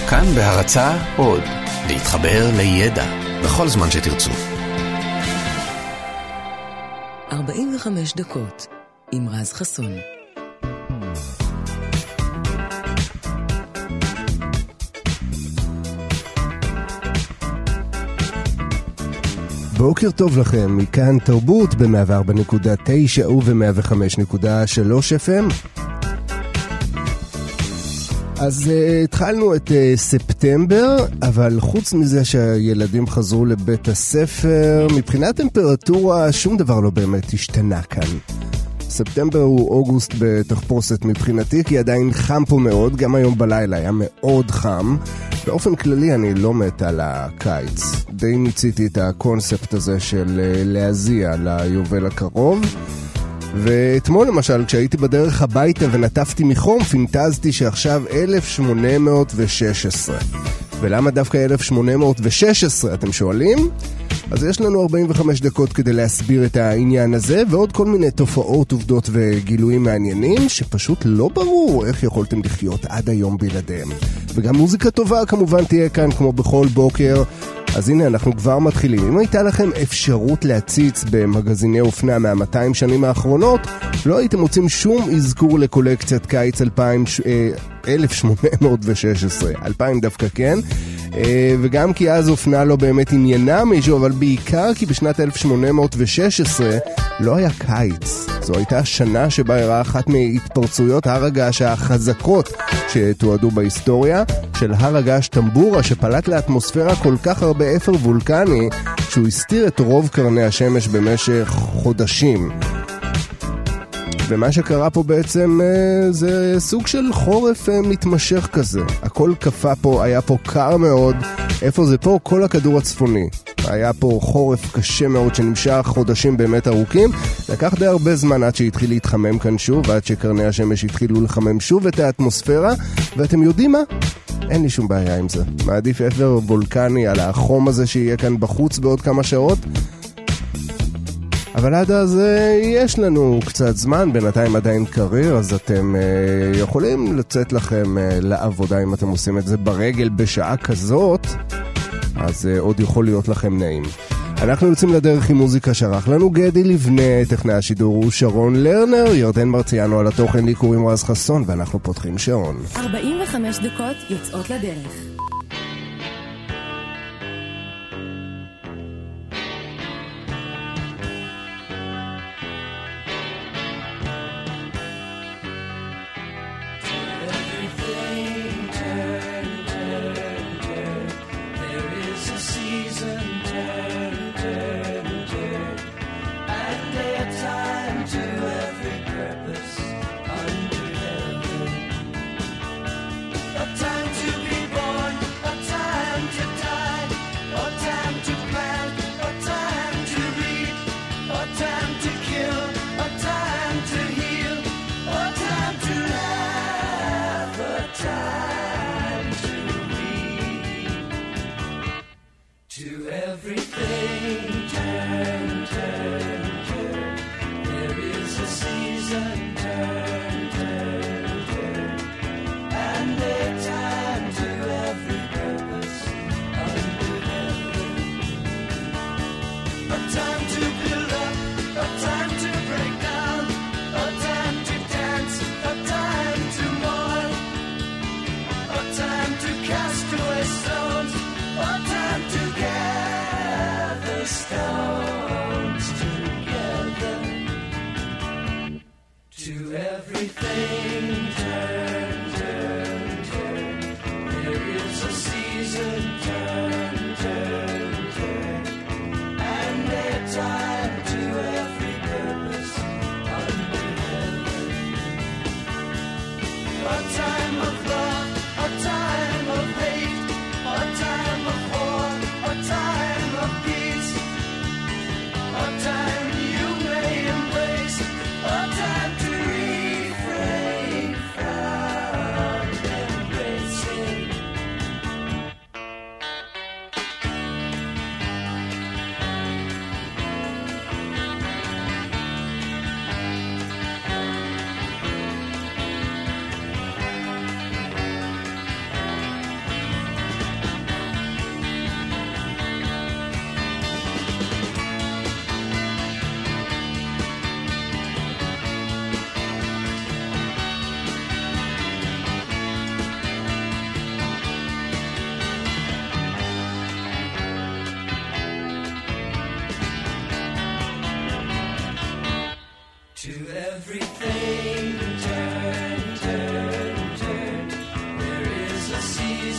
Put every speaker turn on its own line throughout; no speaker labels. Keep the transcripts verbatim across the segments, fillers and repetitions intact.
כאן בהרצאה עוד, להתחבר לידע בכל זמן שתרצו.
ארבעים וחמש דקות עם רז חסון.
בוקר טוב לכם, מכאן תרבות ב-מאה וארבע נקודה תשע וב-מאה וחמש נקודה שלוש אף אם. אז uh, התחלנו את uh, ספטמבר, אבל חוץ מזה שהילדים חזרו לבית הספר, מבחינת טמפרטורה שום דבר לא באמת השתנה כאן. ספטמבר הוא אוגוסט בתחפושת מבחינתי, כי עדיין חם פה מאוד, גם היום בלילה היה מאוד חם. באופן כללי אני לא מת על הקיץ. די מיציתי את הקונספט הזה של uh, להזיע ליובל הקרוב. ואתמול למשל, כשהייתי בדרך הביתה ונטפתי מחום, פינטזתי שעכשיו אלף שמונה מאות ושש עשרה. ולמה דווקא אלף שמונה מאות ושש עשרה, אתם שואלים? אז יש לנו ארבעים וחמש דקות כדי להסביר את העניין הזה, ועוד כל מיני תופעות, עובדות וגילויים מעניינים, שפשוט לא ברור איך יכולתם לחיות עד היום בלעדיהם. וגם מוזיקה טובה כמובן תהיה כאן כמו בכל בוקר. אז הנה אנחנו כבר מתחילים. אם הייתה לכם אפשרות להציץ במגזיני אופנה מה-מאתיים שנים האחרונות, לא הייתם מוצאים שום אזכור לקולקציית קיץ אלף שמונה מאות ושש עשרה. אלפיים דווקא כן. וגם כי אז אופנה לא באמת עניינה מישהו, אבל בעיקר כי בשנת אלף שמונה מאות ושש עשרה לא היה קיץ. זו הייתה שנה שבה הראה אחת מהתפרצויות הר הגעש החזקות שתועדו בהיסטוריה, של הר הגעש טמבורה, שפלט לאטמוספירה כל כך הרבה אפר וולקני שהוא הסתיר את רוב קרני השמש במשך חודשים. ומה שקרה פה בעצם זה סוג של חורף מתמשך כזה. הכל קפה פה, היה פה קר מאוד. איפה זה פה? כל הכדור הצפוני. היה פה חורף קשה מאוד שנמשך חודשים באמת ארוכים. לקח די הרבה זמן עד שהתחיל להתחמם כאן שוב, ועד שקרני השמש התחילו לחמם שוב את האטמוספירה. ואתם יודעים מה? אין לי שום בעיה עם זה. מעדיף אפר וולקני על החום הזה שיהיה כאן בחוץ בעוד כמה שעות. אבל עד אז יש לנו קצת זמן, בינתיים עדיין קריר, אז אתם uh, יכולים לצאת לכם uh, לעבודה אם אתם עושים את זה ברגל בשעה כזאת, אז uh, עוד יכול להיות לכם נעים. אנחנו יוצאים לדרך עם מוזיקה שערך לנו גדי לבנה, טכנאי השידור הוא שרון לרנר, ירדן מרציאנו על התוכן, לי קוראים רז חסון, ואנחנו פותחים שעון.
ארבעים וחמש דקות יוצאות לדרך.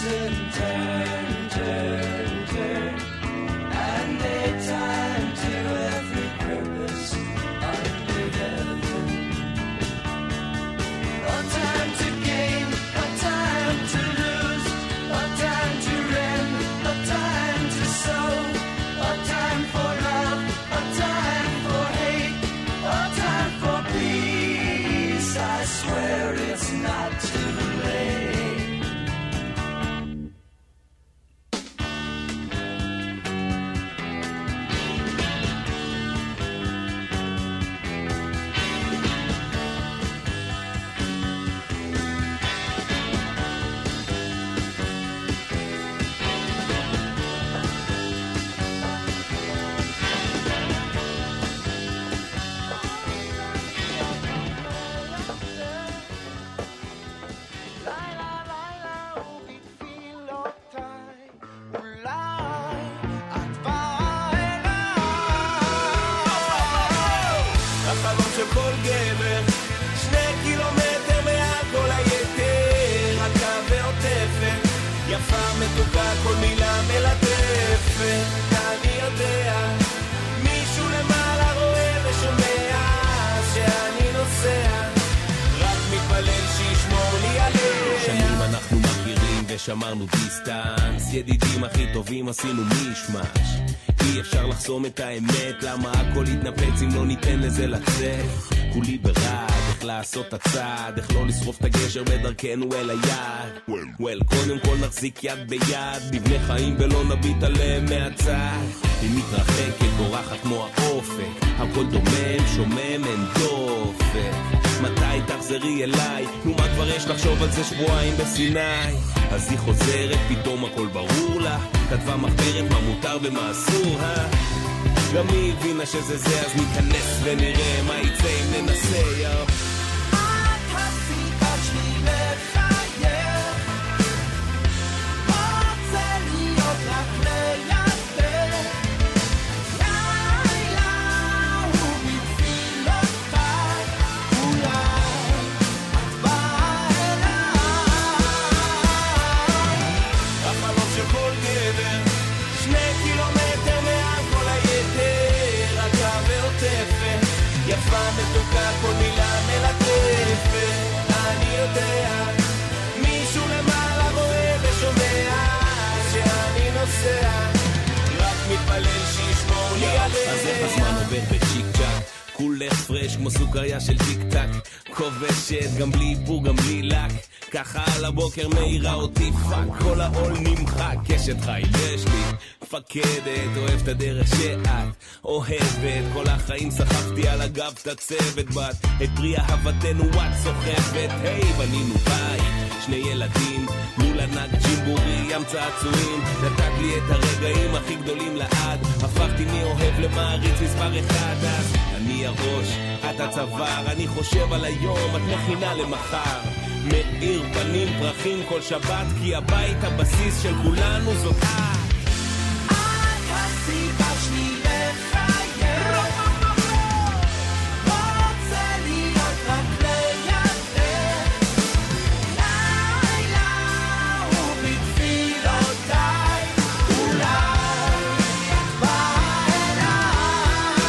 and turn, turn, turn, and they time to every purpose under heaven. A time to gain, a time to lose, a time to rend, a time to sow, a time for love, a time for hate, a time for peace. I swear it's not too late.
שמרנו דיסטנס, ידידים הכי טובים עשינו מישמש. אי אפשר לחסום את האמת, למה הכל יתנפץ אם לא ניתן לזה לצאת. כולי ברד, איך לעשות את הצעד, איך לא לשרוף את הגשר בדרכנו אל היד. וול, קודם כל נחזיק יד ביד, נבנה חיים ולא נביט עליהם מהצד. היא מתרחקת, בורחת כמו האופק, הכל דומם, שומם, אין דופק. מתי תחזרי אליי? נו מה כבר יש לחשוב על זה שבועיים בסיני? אז היא חוזרת, פתאום הכל ברור לה, כתבה מחברת מה מותר ומה אסור, אה? גם היא הבינה שזה זה, אז ניכנס ונראה מה יצא אם ננסה, יאו.
את הסיבה שלי לחייך, רוצה להיות רק לידך, לילה הוא בתפילותיי, אולי את באה אליי.
החלום של כל גבר, שני קילומטר מעל כל היתר, הקו ועוטפת, יפה מתוקה כל מילה מלטפת. אני יודע, מישהו למעלה רואה ושומע שאני נוסע, רק מתפלל שישמור לי עליה. אז איך הזמן עובר בצ'יק צ'ק, כולך פרש כמו סוכריה של טיק טק, כובשת גם בלי איפור גם בלי לק, ככה על הבוקר מאירה אותי פאק, כל העול נמחק, קשת חי יש לי מפקדת, אוהב את הדרך שאת אוהבת, כל החיים סחבתי על הגב את הצוות בת, את פרי אהבתנו את סוחבת. היי, בנינו בית, שני ילדים מול ענק ג'ימבורי ים צעצועים, נתת לי את הרגעים הכי גדולים לעד, הפכתי מאוהב למעריץ מספר אחד. אז אני הראש, את הצוואר, אני חושב על היום, את מכינה למחר, מאיר פנים פרחים כל שבת, כי הבית הבסיס של כולנו זאת את.
את הסיבה שלי לחייך, רוצה להיות רק לידך, לילה הוא בתפילותיי, אולי את באה אליי.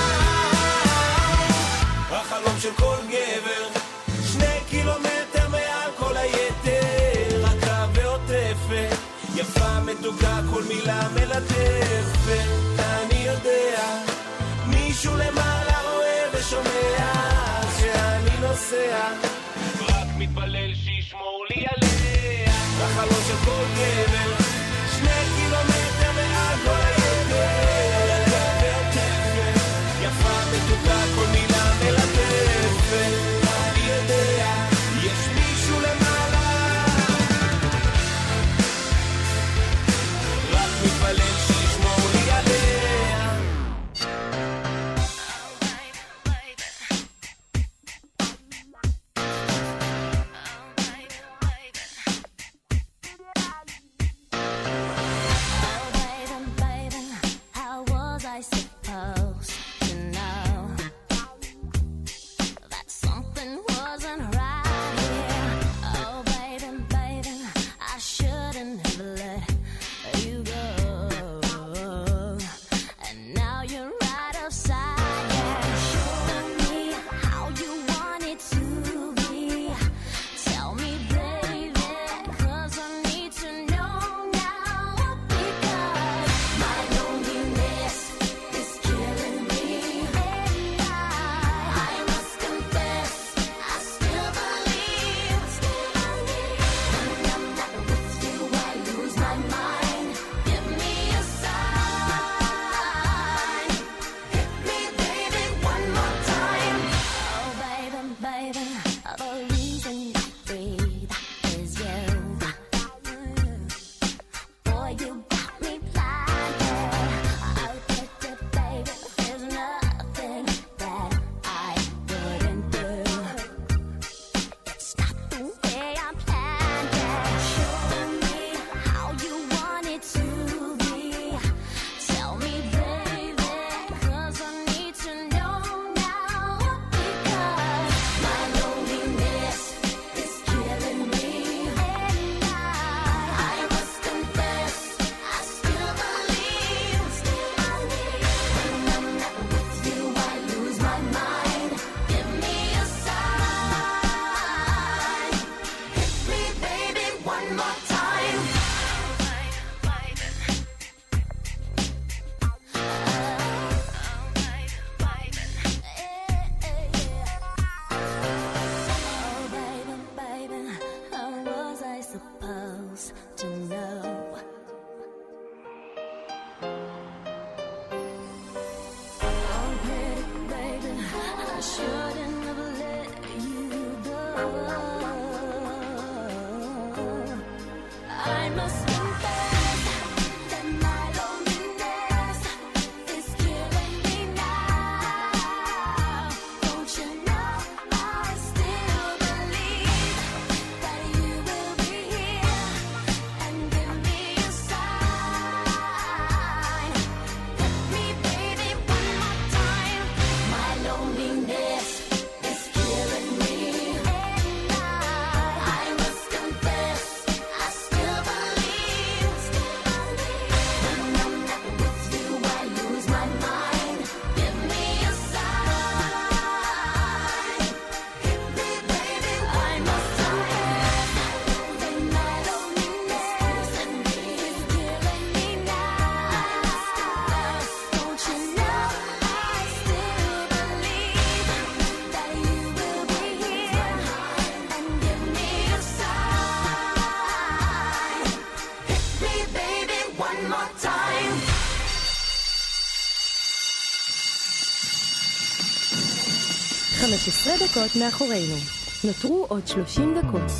החלום של כל גבר, שני קילומטר מעל כל היתר, הקו ועוטפת, יפה מתוקה כל מילה מלטפת. אני יודע, מישהו למעלה רואה ושומע שאני נוסע, רק מתפלל שישמור לי עליה. החלום של כל גבר, שני קילומטר מעל כל היתר, הקו ועוטפת, יפה מתוקה כל מילה מלטפת. אני יודע, יש מישהו למעלה, רק מתפלל שישמור לי עליה.
supposed to know. Oh, pretty baby, I shouldn't have let you go. I must confess that my loneliness is killing me now. Don't you know I still believe that you will be here and give me a sign. Hit me, baby, one more time. My loneliness is killing me. And I, I must confess, I still believe. When I'm not with you, I lose my mind. Give me a sign. Hit me, baby, I must confess that my loneliness is killing me now. Don't you know I still believe that you will be here and give me a sign. Hit me, baby, one more time.
חמש עשרה דקות מאחורינו. נותרו עוד שלושים דקות.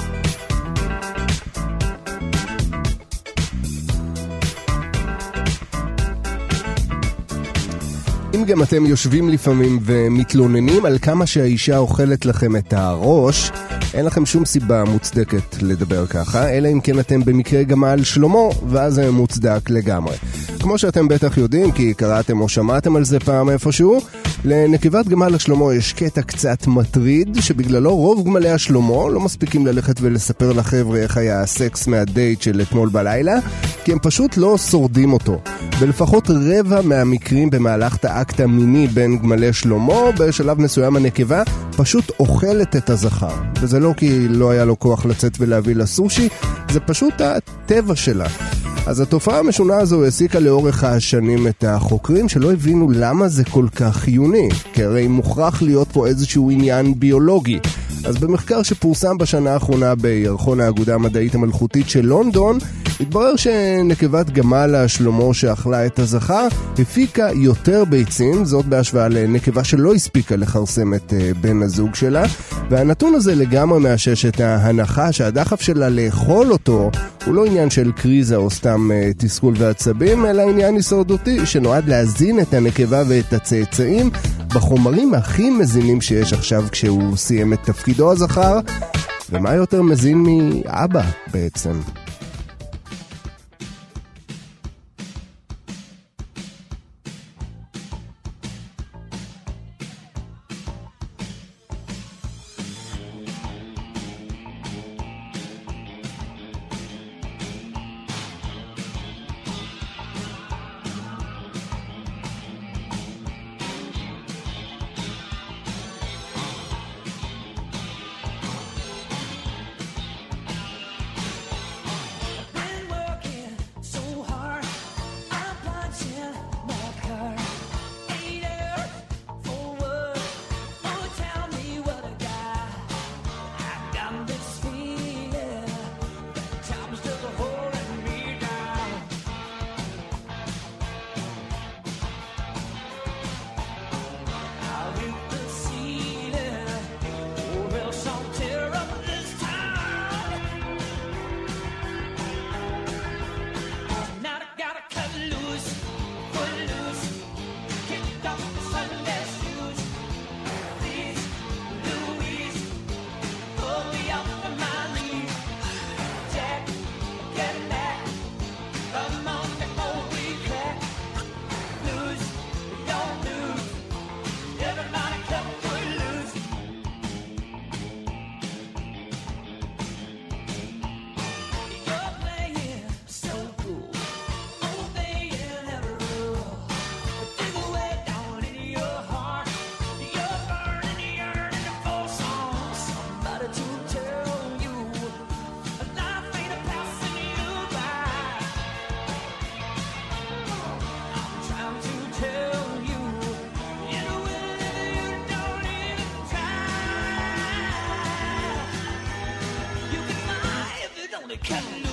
אם גם אתם יושבים לפעמים ומתלוננים על כמה שהאישה אוכלת לכם את הראש, אין לכם שום סיבה מוצדקת לדבר ככה, אלא אם כן אתם במקרה גמל שלמה, ואז זה מוצדק לגמרי. כמו שאתם בטח יודעים, כי קראתם או שמעתם על זה פעם איפשהו, לנקבת גמל השלמה יש קטע קצת מטריד, שבגללו רוב גמלי השלמה לא מספיקים ללכת ולספר לחבר'ה איך היה הסקס מהדייט של אתמול בלילה, כי הם פשוט לא שורדים אותו. ולפחות רבע מהמקרים במהלך האקט המיני בין גמלי שלמה, בשלב מסוים הנקבה פשוט אוכלת את הזכר. וזה לא כי לא היה לו כוח לצאת ולהביא לסושי, זה פשוט הטבע שלה. אז התופעה המשונה הזו העסיקה לאורך השנים את החוקרים שלא הבינו למה זה כל כך חיוני, כי הרי מוכרח להיות פה איזשהו עניין ביולוגי. אז במחקר שפורסם בשנה האחרונה בירחון האגודה המדעית המלכותית של לונדון, התברר שנקבת גמל השלמה שאכלה את הזכר הפיקה יותר ביצים, זאת בהשוואה לנקבה שלא הספיקה לחרסם את בן הזוג שלה, והנתון הזה לגמרי מאשש את ההנחה שהדחף שלה לאכול אותו הוא לא עניין של קריזה או סתם תסכול ועצבים, אלא עניין הישרדותי שנועד להזין את הנקבה ואת הצאצאים בחומרים הכי מזינים שיש עכשיו כשהוא סיים את תפקידו הזכר. ומה יותר מזין מאבא בעצם?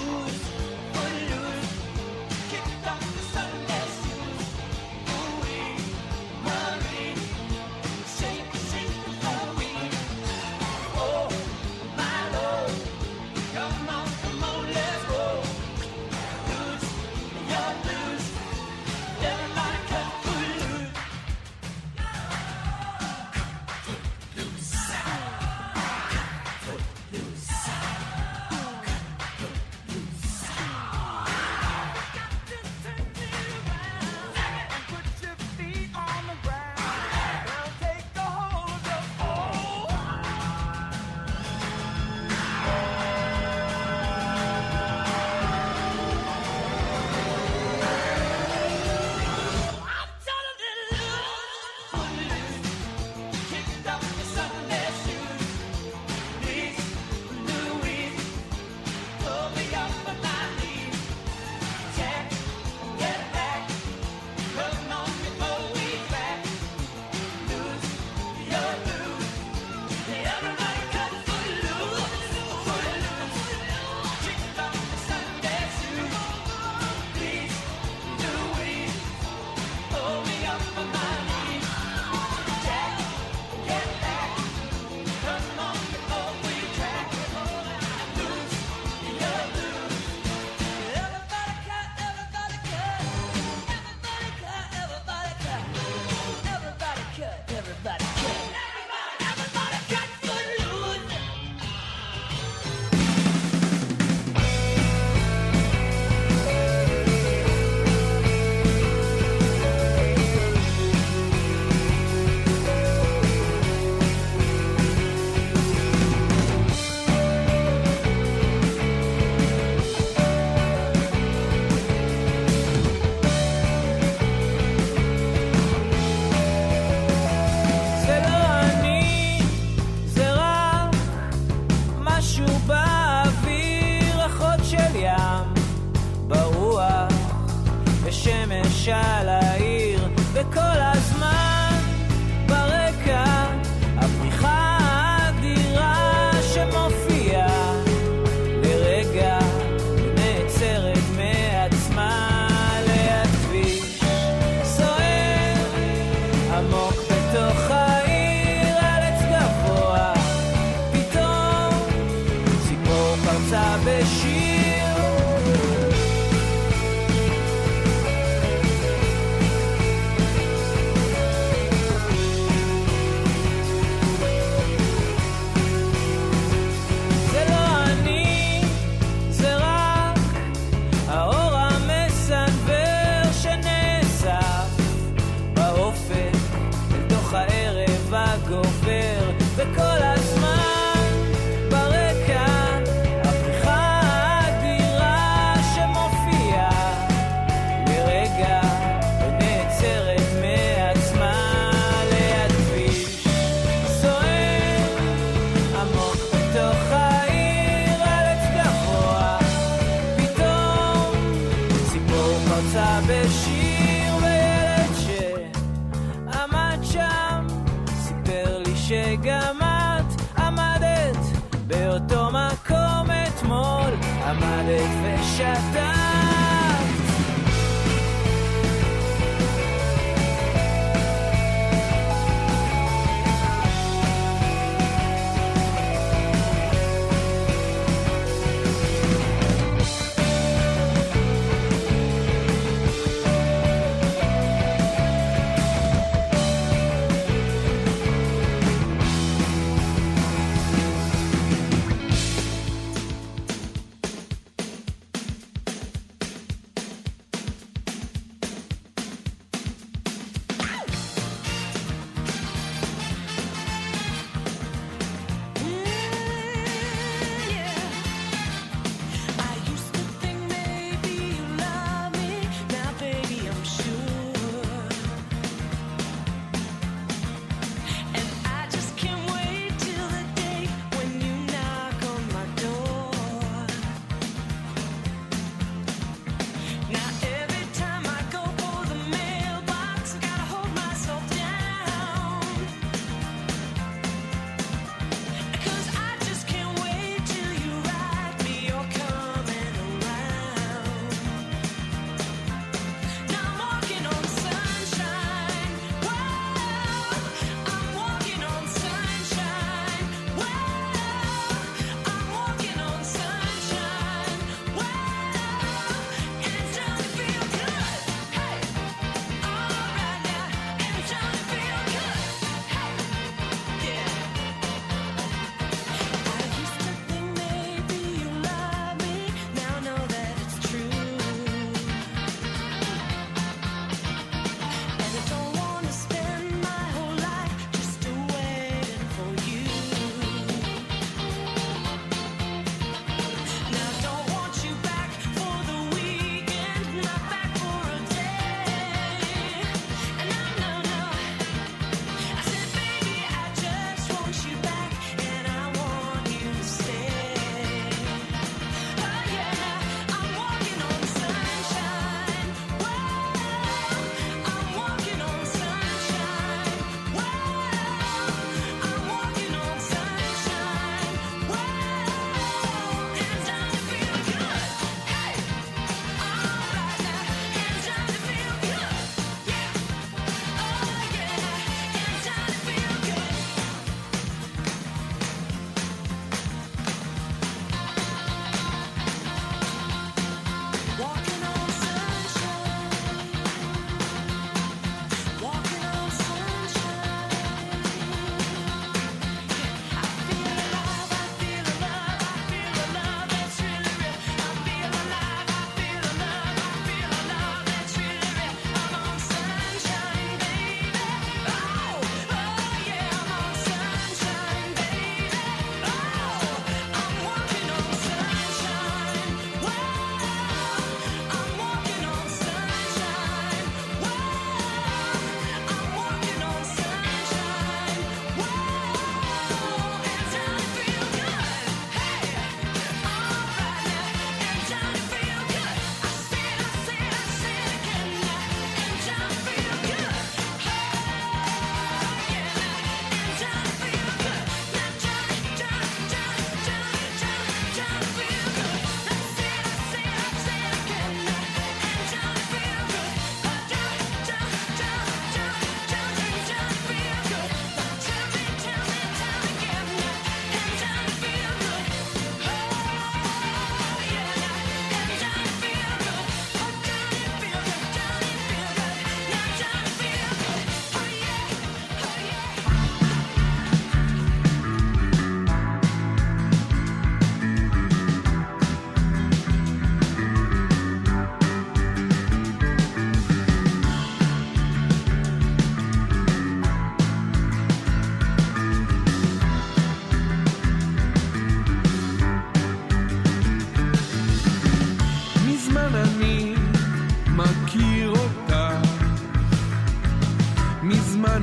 על העיר, וכל הזמן ברקע הפריחה האדירה שמופיעה לרגע נעצרת מעצמה ליד כביש סוער עמוק בתוך העיר. על עץ גבוה פתאום ציפור פרצה בשיר.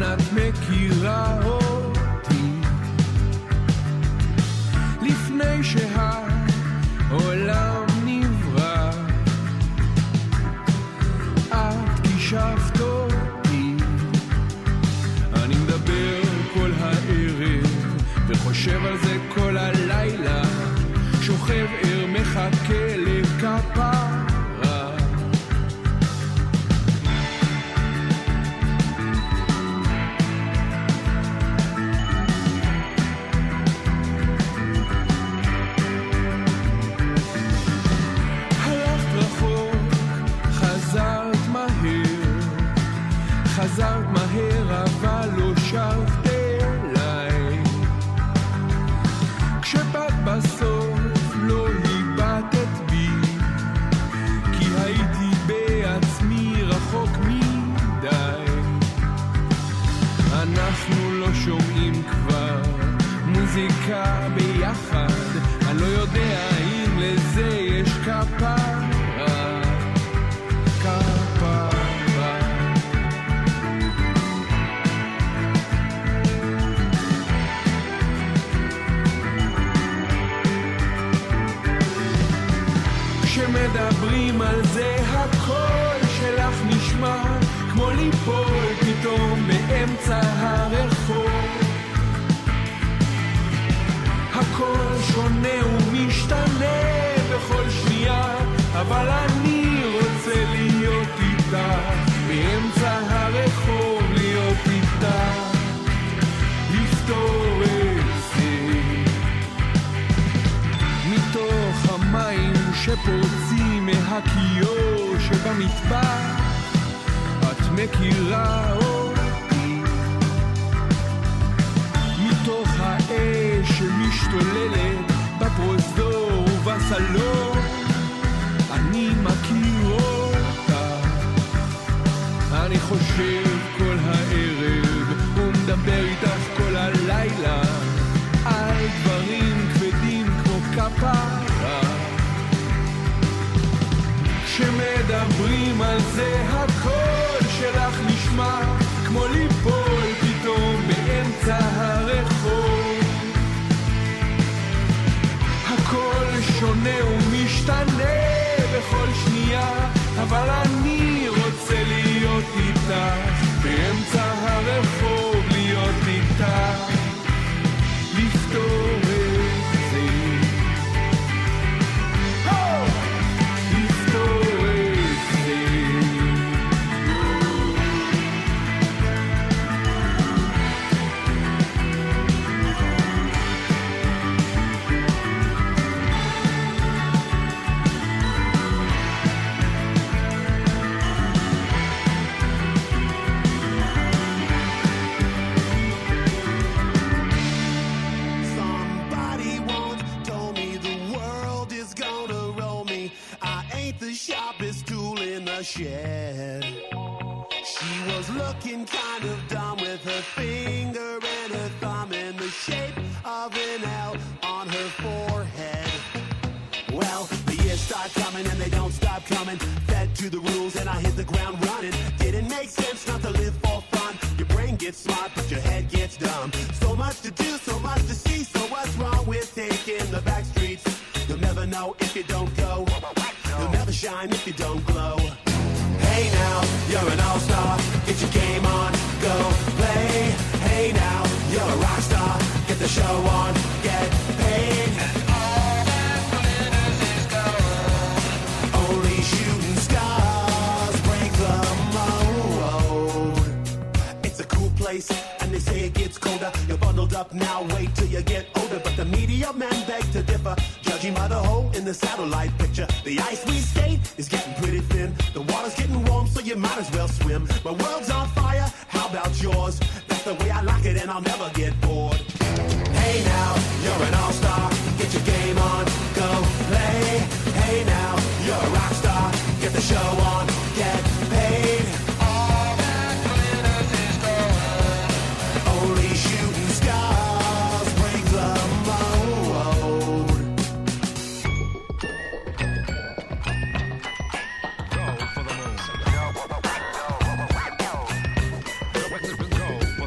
את מכירה אותי לפני שהעולם נברא את קישפת אותי אני מדבר כל הערב וחושב על זה כל הלילה שוכב ער מחכה לכפרה חזרת מהר אבל לא שבת אליי כשבאת בסוף לא היבטת בי כי הייתי בעצמי רחוק מדי אנחנו לא שומעים כבר מוזיקה ביחד אני לא יודע אם לזה יש כפרה כפרה מדברים על זה הקול שלך נשמע כמו ליפול פתאום באמצע הרחוב הכל שונה ומשתנה בכל שנייה אבל אני רוצה להיות איתך באמצע הרחוב להיות איתך לפתור את זה מתוך המים שפורצים מהכיור שבמטבח את מכירה אותי מתוך האש שמשתוללת בפרוזדור ובסלון אני מכיר אותה אני חושב כל הערב ומדבר איתך כל הלילה על דברים כבדים כמו כפרה שמדברים על זה הקול שלך נשמע כמו ליפול פתאום באמצע הרחוב הכל שונה ומשתנה בכל שנייה אבל אני רוצה להיות איתך באמצע הרחוב להיות איתך לפתור את זה shed. She was looking kind of dumb with her finger and her thumb in the shape of an L on her forehead. Well, the years start coming and they don't stop coming. Fed to the rules and I hit the ground running. Didn't make sense not to live for fun. Your brain gets smart but your head gets dumb. So much to do, so much to see. So what's wrong with taking the back streets? You'll never know if you don't go. You'll never shine if you don't glow. Hey now, you're an all-star, get your game on, go play. Hey now, you're a rock star, get the show on, get paid. And all that glitters is gold. Only shooting stars break the mold. It's a cool place, and they say it gets colder. You're bundled up now, wait till you get older. But the media men beg to differ. Judging by the hole in the satellite picture, the ice we skate is getting pretty thin. The water's getting warm, so you might as well swim. My world's on fire, how about yours? That's the way I like it, and I'll never get bored. Hey now, you're an all-star, get your game on, go play. Hey now, you're a rock star, get the show on, get paid. All that glitters is gold. Only shooting stars break the mold. Go for the moon. Go.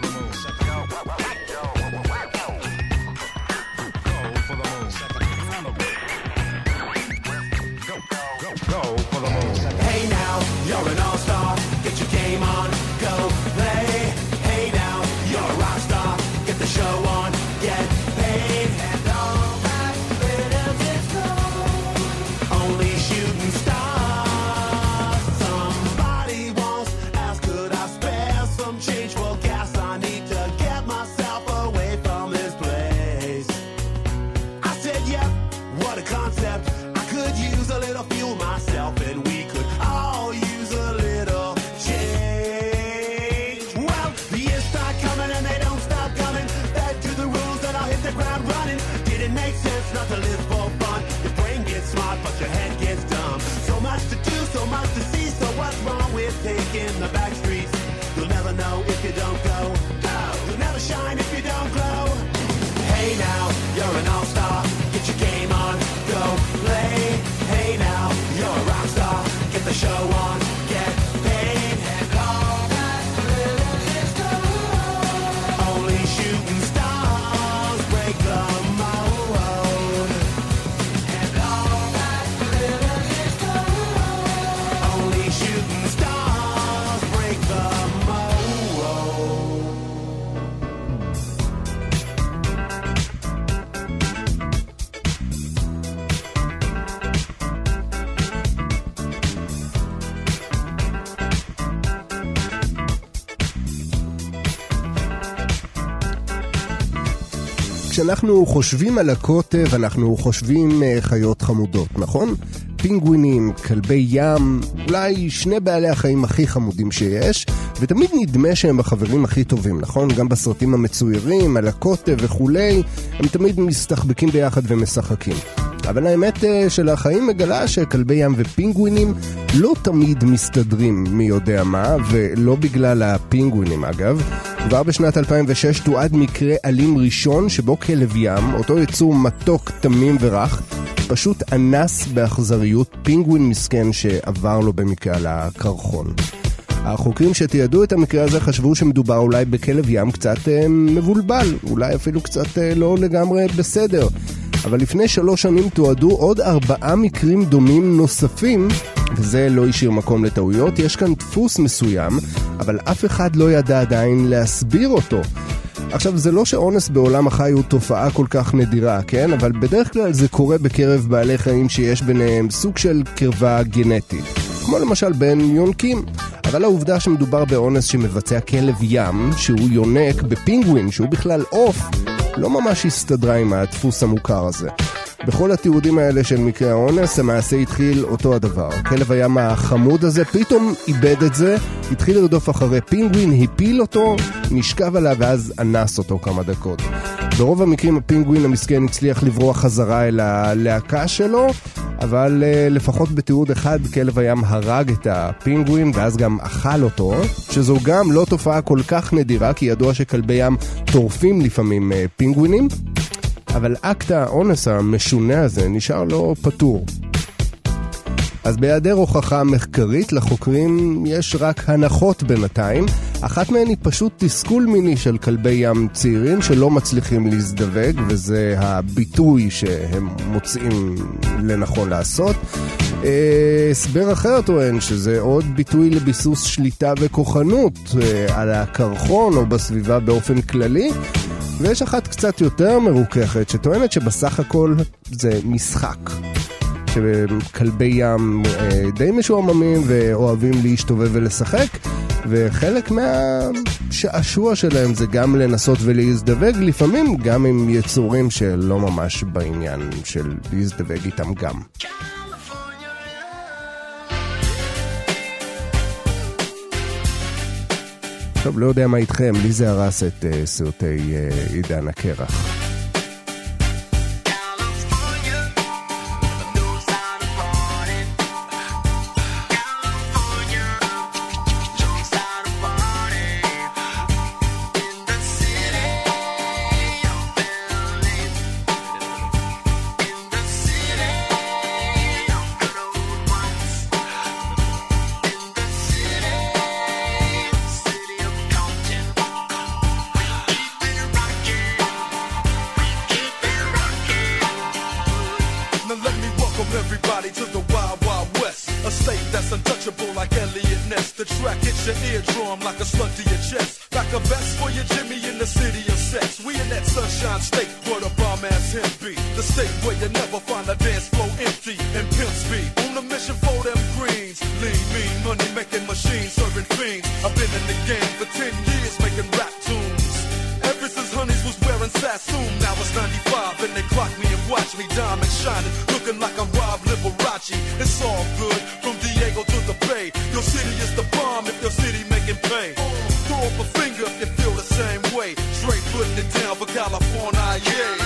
you're an all-star. Get your game on, go play. Hey now, you're a rock star. Get the show on, get paid. And all that glitters is gold. Only shooting stars. Somebody once asked, could I spare some change for gas? I need to get myself away from this place. I said, yep, what a concept. I could use a little fuel myself, and we could all use a little change. Well, the years start coming and they don't stop coming. Back to the rules and I'll hit the ground running. Didn't make sense not to live for fun. Your brain gets smart but your head gets dumb. So much to do, so much to see. So what's wrong with taking the back streets? You'll never know if you don't go. Go. You'll never shine if you don't glow. Hey now, you're an all-star. Get your game on, go play. Hey now, you're a rock star. Get the show on, get paid. And all that glitters is gold. Only shooting stars break the mold. And all that glitters is gold. Only shooting stars break the mold.
כשאנחנו חושבים על הקוטב, אנחנו חושבים אה, חיות חמודות, נכון? פינגווינים, כלבי ים, אולי שני בעלי החיים הכי חמודים שיש, ותמיד נדמה שהם החברים הכי טובים, נכון? גם בסרטים המצוירים, על הקוטב וכולי, הם תמיד מסתחבקים ביחד ומשחקים. אבל האמת אה, של החיים מגלה שכלבי ים ופינגווינים לא תמיד מסתדרים מי יודע מה, ולא בגלל הפינגווינים אגב. כבר בשנת אלפיים ושש תועד מקרה אלים ראשון שבו כלב ים, אותו יצור מתוק, תמים ורח, פשוט אנס באכזריות פינגווין מסכן שעבר לו במקרה על הקרחון. החוקרים שתיעדו את המקרה הזה חשבו שמדובר אולי בכלב ים קצת אה, מבולבל, אולי אפילו קצת אה, לא לגמרי בסדר. אבל לפני שלוש שנים תועדו עוד ארבעה מקרים דומים נוספים, וזה לא השאיר מקום לטעויות. יש כאן דפוס מסוים, אבל אף אחד לא ידע עדיין להסביר אותו. עכשיו, זה לא שאונס בעולם החי הוא תופעה כל כך נדירה, כן? אבל בדרך כלל זה קורה בקרב בעלי חיים שיש ביניהם סוג של קרבה גנטית, כמו למשל בין יונקים. אבל העובדה שמדובר באונס שמבצע כלב ים, שהוא יונק בפינגווין, שהוא בכלל אוף, לא ממש הסתדרה עם הדפוס המוכר הזה. בכל התיעודים האלה של מקרה האונס, המעשה התחיל אותו הדבר. כלב הים החמוד הזה פתאום איבד את זה, התחיל לרדוף אחרי פינגווין, הפיל אותו, נשכב עליו ואז אנס אותו כמה דקות. ברוב המקרים הפינגווין המסכן הצליח לברוח חזרה אל הלהקה שלו, אבל uh, לפחות בתיעוד אחד כלב הים הרג את הפינגווין ואז גם אכל אותו, שזו גם לא תופעה כל כך נדירה, כי ידוע שכלבי ים טורפים לפעמים uh, פינגווינים, אבל אקט האונס המשונה הזה נשאר לא פתור. אז בהיעדר הוכחה מחקרית לחוקרים יש רק הנחות בינתיים. אחת מהן היא פשוט תסכול מיני של כלבי ים צעירים שלא מצליחים להזדווג, וזה הביטוי שהם מוצאים לנכון לעשות. הסבר אחר טוען שזה עוד ביטוי לביסוס שליטה וכוחנות על הקרחון או בסביבה באופן כללי. ויש אחת קצת יותר מרוככת שטוענת שבסך הכל זה משחק. שכלבי ים די משועממים ואוהבים להשתובב ולשחק, וחלק מהשעשוע שלהם זה גם לנסות ולהזדווג, לפעמים גם עם יצורים שלא ממש בעניין של להזדווג איתם גם. טוב, לא יודע מה איתכם, לי זה הרס את uh, סרטי uh, עידן הקרח.
safe that's untouchable like Elliot Ness. The track hits your eardrum like a slug to your chest. Like a vest for your Jimmy in the city of sex. We in that sunshine state where the bomb ass him be. The state where you never find a dance floor empty and pimp speed. On a mission for them greens. Lean, mean, money making machines serving fiends. I've been in the game for ten years making rap tunes. Ever since Honeys was wearing Sassoon. Now it's ninety-five and they clock me and watch me diamond shining. Looking like I'm Rob Liberace. It's all good from Diego to the Bay. Your city is the bomb if your city making pay. Throw up a finger if you feel the same way. Straight putting it down for California, yeah.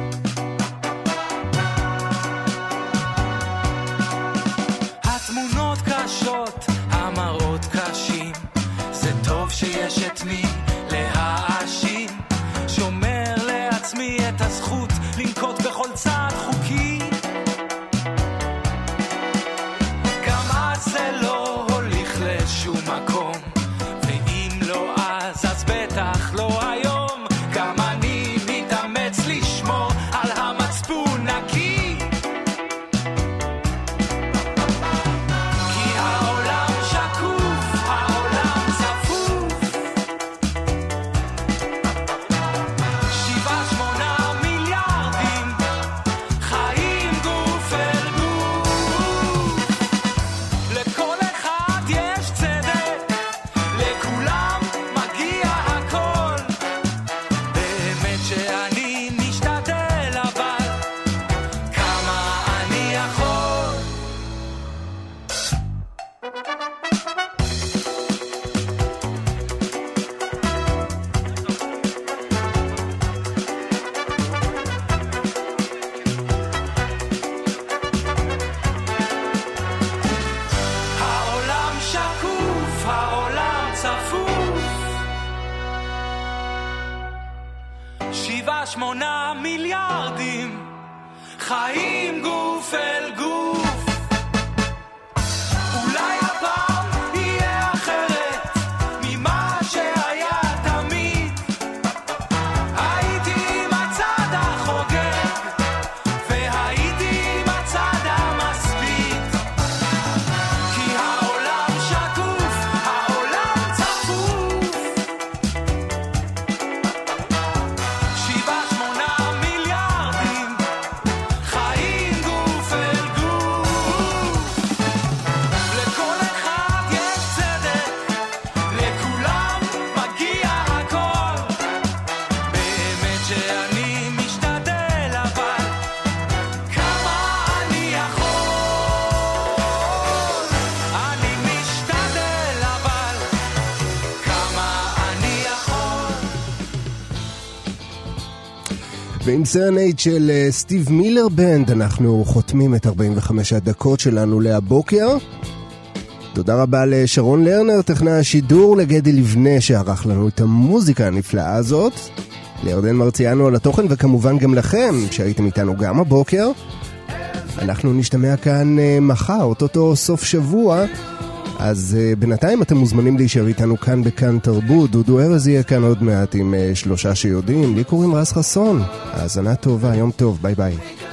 התמונות
התחושות קשות, המראות קשים, זה טוב שיש את מי להאשים, שומר לעצמי את הזכות לנקוט בכל צעד חוקי, גם אז זה לא הוליך לשום מקום, ואם לא אז אז בטח לא היום, גם אני מתאמץ לשמור על המצפון נקי, כי העולם שקוף, העולם צפוף, שבעה שמונה מיליארדים חיים גוף אל גוף, לכל אחד יש צדק, לכולם מגיע הכל, באמת שאני משתדל, אבל כמה אני יכול. העולם שקוף, העולם צפוף, שבעה שמונה מיליארדים חיים גוף אל גוף, אולי הפעם יהיה אחרת ממה שהיה תמיד, הייתי עם הצד החוגג והייתי עם הצד המספיק, כי העולם שקוף, העולם צפוף, שבעה שמונה מיליארדים חיים גוף אל גוף, לכל אחד יש צדק, לכולם מגיע הכל, באמת שאני משתדל, אבל כמה אני יכול, אני משתדל, אבל כמה אני יכול.
ועם סרנייד של אה, סטיב מילר בנד אנחנו חותמים את ארבעים וחמש הדקות שלנו להבוקר. תודה רבה לשרון לרנר, טכנאי השידור, לגדי לבנה שערך לנו את המוזיקה הנפלאה הזאת, לירדן מרציאנו על התוכן, וכמובן גם לכם שהייתם איתנו גם הבוקר. אנחנו נשתמע כאן אה, מחר, אותו סוף שבוע, אז אה, בינתיים אתם מוזמנים להישאר איתנו כאן בכאן תרבות. דודו ארז יהיה כאן עוד מעט עם אה, שלושה שיודעים. לי קוראים רז חסון, האזנה טובה, יום טוב, ביי ביי.